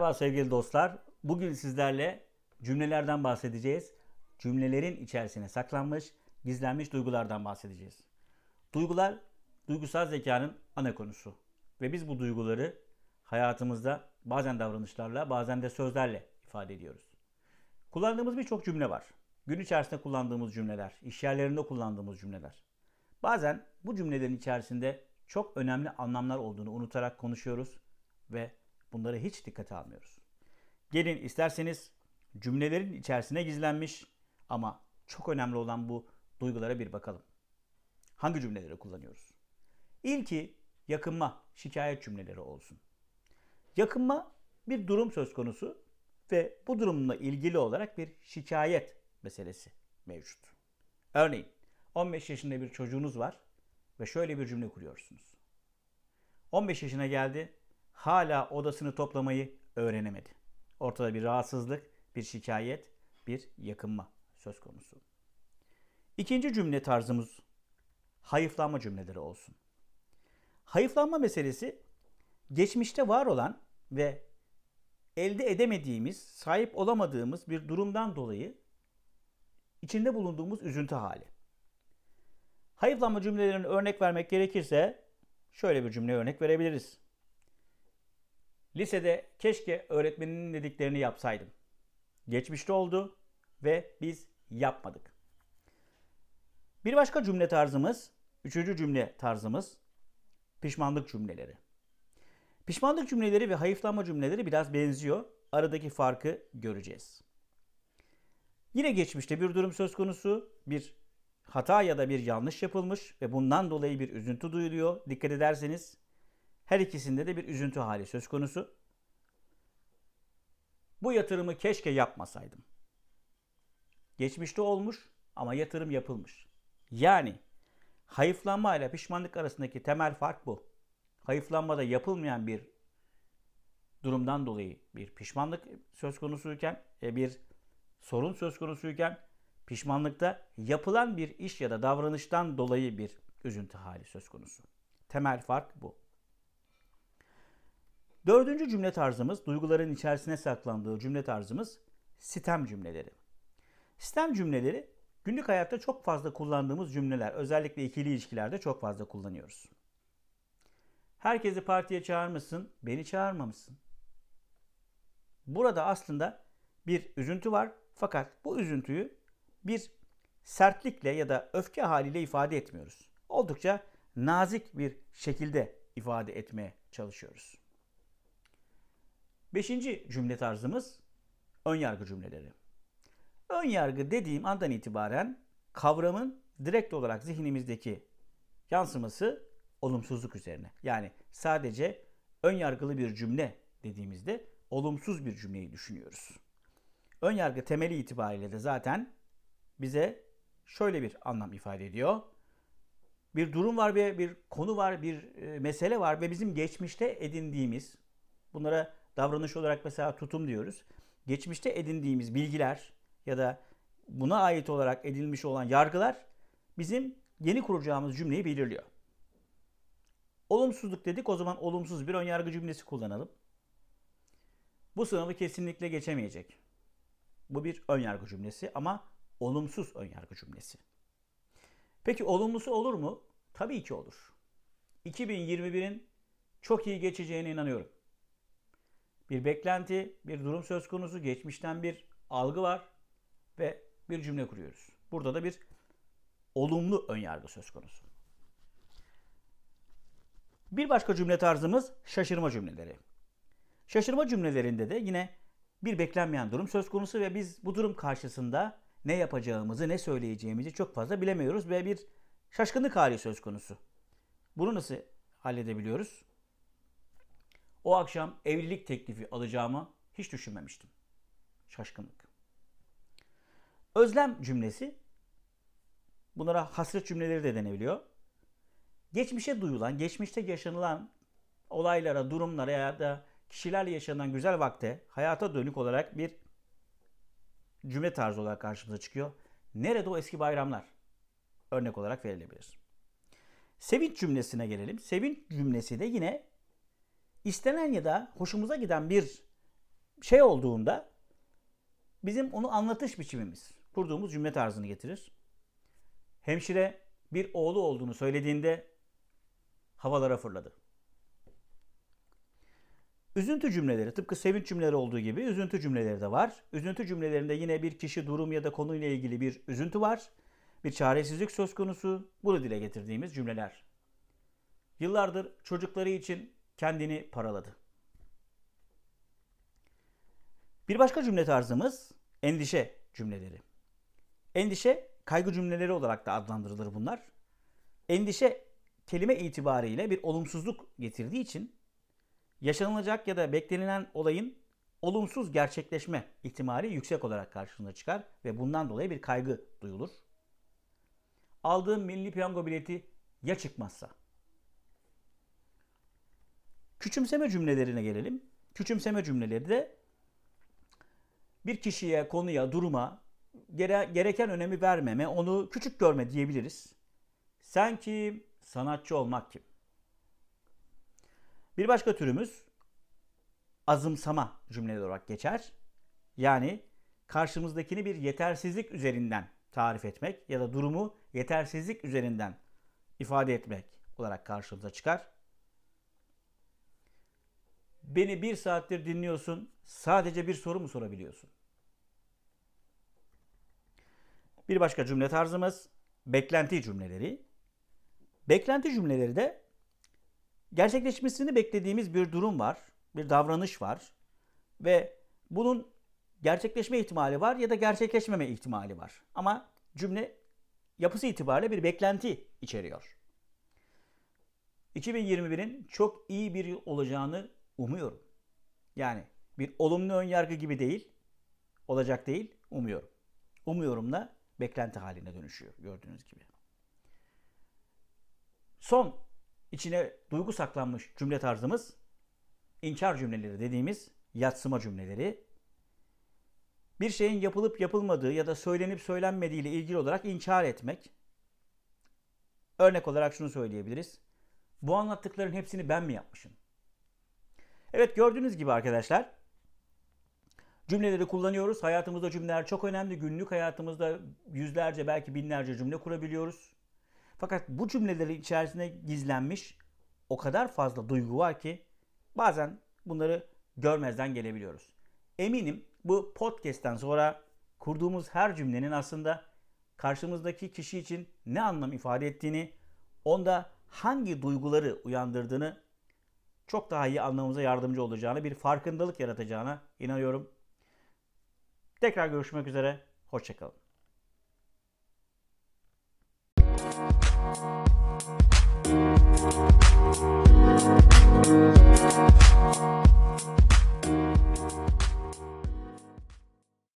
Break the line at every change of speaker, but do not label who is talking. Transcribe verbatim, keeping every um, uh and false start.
Merhaba sevgili dostlar. Bugün sizlerle cümlelerden bahsedeceğiz. Cümlelerin içerisine saklanmış, gizlenmiş duygulardan bahsedeceğiz. Duygular, duygusal zekanın ana konusu. Ve biz bu duyguları hayatımızda bazen davranışlarla, bazen de sözlerle ifade ediyoruz. Kullandığımız birçok cümle var. Gün içerisinde kullandığımız cümleler, iş yerlerinde kullandığımız cümleler. Bazen bu cümlelerin içerisinde çok önemli anlamlar olduğunu unutarak konuşuyoruz ve bunları hiç dikkate almıyoruz. Gelin isterseniz cümlelerin içerisine gizlenmiş ama çok önemli olan bu duygulara bir bakalım. Hangi cümleleri kullanıyoruz? İlki yakınma, şikayet cümleleri olsun. Yakınma bir durum söz konusu ve bu durumla ilgili olarak bir şikayet meselesi mevcut. Örneğin on beş yaşında bir çocuğunuz var ve şöyle bir cümle kuruyorsunuz. on beş yaşına geldi, hala odasını toplamayı öğrenemedi. Ortada bir rahatsızlık, bir şikayet, bir yakınma söz konusu. İkinci cümle tarzımız hayıflanma cümleleri olsun. Hayıflanma meselesi geçmişte var olan ve elde edemediğimiz, sahip olamadığımız bir durumdan dolayı içinde bulunduğumuz üzüntü hali. Hayıflanma cümlelerine örnek vermek gerekirse şöyle bir cümle örnek verebiliriz. Lisede keşke öğretmeninin dediklerini yapsaydım. Geçmişte oldu ve biz yapmadık. Bir başka cümle tarzımız, üçüncü cümle tarzımız pişmanlık cümleleri. Pişmanlık cümleleri ve hayıflanma cümleleri biraz benziyor. Aradaki farkı göreceğiz. Yine geçmişte bir durum söz konusu, bir hata ya da bir yanlış yapılmış ve bundan dolayı bir üzüntü duyuluyor. Dikkat ederseniz her ikisinde de bir üzüntü hali söz konusu. Bu yatırımı keşke yapmasaydım. Geçmişte olmuş ama yatırım yapılmış. Yani hayıflanma ile pişmanlık arasındaki temel fark bu. Hayıflanmada yapılmayan bir durumdan dolayı bir pişmanlık söz konusuyken, bir sorun söz konusuyken pişmanlıkta yapılan bir iş ya da davranıştan dolayı bir üzüntü hali söz konusu. Temel fark bu. Dördüncü cümle tarzımız, duyguların içerisine saklandığı cümle tarzımız sitem cümleleri. Sitem cümleleri günlük hayatta çok fazla kullandığımız cümleler. Özellikle ikili ilişkilerde çok fazla kullanıyoruz. Herkesi partiye çağırmışsın, beni çağırmamışsın. Burada aslında bir üzüntü var fakat bu üzüntüyü bir sertlikle ya da öfke haliyle ifade etmiyoruz. Oldukça nazik bir şekilde ifade etmeye çalışıyoruz. Beşinci cümle tarzımız ön yargı cümleleri. Ön yargı dediğim andan itibaren kavramın direkt olarak zihnimizdeki yansıması olumsuzluk üzerine. Yani sadece ön yargılı bir cümle dediğimizde olumsuz bir cümleyi düşünüyoruz. Ön yargı temeli itibariyle de zaten bize şöyle bir anlam ifade ediyor. Bir durum var ve bir konu var, bir mesele var ve bizim geçmişte edindiğimiz, bunlara davranış olarak mesela tutum diyoruz. Geçmişte edindiğimiz bilgiler ya da buna ait olarak edilmiş olan yargılar bizim yeni kuracağımız cümleyi belirliyor. Olumsuzluk dedik, o zaman olumsuz bir önyargı cümlesi kullanalım. Bu sınavı kesinlikle geçemeyecek. Bu bir önyargı cümlesi ama olumsuz önyargı cümlesi. Peki olumlusu olur mu? Tabii ki olur. iki bin yirmi birin çok iyi geçeceğine inanıyorum. Bir beklenti, bir durum söz konusu, geçmişten bir algı var ve bir cümle kuruyoruz. Burada da bir olumlu önyargı söz konusu. Bir başka cümle tarzımız şaşırma cümleleri. Şaşırma cümlelerinde de yine bir beklenmeyen durum söz konusu ve biz bu durum karşısında ne yapacağımızı, ne söyleyeceğimizi çok fazla bilemiyoruz ve bir şaşkınlık hali söz konusu. Bunu nasıl halledebiliyoruz? O akşam evlilik teklifi alacağımı hiç düşünmemiştim. Şaşkınlık. Özlem cümlesi, bunlara hasret cümleleri de denebiliyor. Geçmişe duyulan, geçmişte yaşanılan olaylara, durumlara ya da kişilerle yaşanan güzel vakte, hayata dönük olarak bir cümle tarzı olarak karşımıza çıkıyor. Nerede o eski bayramlar? Örnek olarak verilebilir. Sevinç cümlesine gelelim. Sevinç cümlesi de yine istenen ya da hoşumuza giden bir şey olduğunda bizim onu anlatış biçimimiz, kurduğumuz cümle tarzını getirir. Hemşire bir oğlu olduğunu söylediğinde havalara fırladı. Üzüntü cümleleri, tıpkı sevinç cümleleri olduğu gibi üzüntü cümleleri de var. Üzüntü cümlelerinde yine bir kişi, durum ya da konuyla ilgili bir üzüntü var. Bir çaresizlik söz konusu. Bunu dile getirdiğimiz cümleler. Yıllardır çocukları için kendini paraladı. Bir başka cümle tarzımız endişe cümleleri. Endişe, kaygı cümleleri olarak da adlandırılır bunlar. Endişe kelime itibariyle bir olumsuzluk getirdiği için yaşanılacak ya da beklenilen olayın olumsuz gerçekleşme ihtimali yüksek olarak karşımıza çıkar ve bundan dolayı bir kaygı duyulur. Aldığım milli piyango bileti ya çıkmazsa? Küçümseme cümlelerine gelelim. Küçümseme cümleleri de bir kişiye, konuya, duruma gere- gereken önemi vermeme, onu küçük görme diyebiliriz. Sen kim? Sanatçı olmak kim? Bir başka türümüz azımsama cümleleri olarak geçer. Yani karşımızdakini bir yetersizlik üzerinden tarif etmek ya da durumu yetersizlik üzerinden ifade etmek olarak karşımıza çıkar. Beni bir saattir dinliyorsun, sadece bir soru mu sorabiliyorsun? Bir başka cümle tarzımız beklenti cümleleri. Beklenti cümleleri de gerçekleşmesini beklediğimiz bir durum var, bir davranış var ve bunun gerçekleşme ihtimali var ya da gerçekleşmeme ihtimali var. Ama cümle yapısı itibariyle bir beklenti içeriyor. iki bin yirmi birin çok iyi bir yıl olacağını umuyorum. Yani bir olumlu önyargı gibi değil, olacak değil, umuyorum. Umuyorumla beklenti haline dönüşüyor gördüğünüz gibi. Son içine duygu saklanmış cümle tarzımız inkar cümleleri dediğimiz yadsıma cümleleri. Bir şeyin yapılıp yapılmadığı ya da söylenip söylenmediği ile ilgili olarak inkar etmek. Örnek olarak şunu söyleyebiliriz. Bu anlattıkların hepsini ben mi yapmışım? Evet, gördüğünüz gibi arkadaşlar cümleleri kullanıyoruz. Hayatımızda cümleler çok önemli. Günlük hayatımızda yüzlerce belki binlerce cümle kurabiliyoruz. Fakat bu cümlelerin içerisinde gizlenmiş o kadar fazla duygu var ki bazen bunları görmezden gelebiliyoruz. Eminim bu podcast'ten sonra kurduğumuz her cümlenin aslında karşımızdaki kişi için ne anlam ifade ettiğini, onda hangi duyguları uyandırdığını çok daha iyi anlamamıza yardımcı olacağını, bir farkındalık yaratacağına inanıyorum. Tekrar görüşmek üzere, hoşça kalın.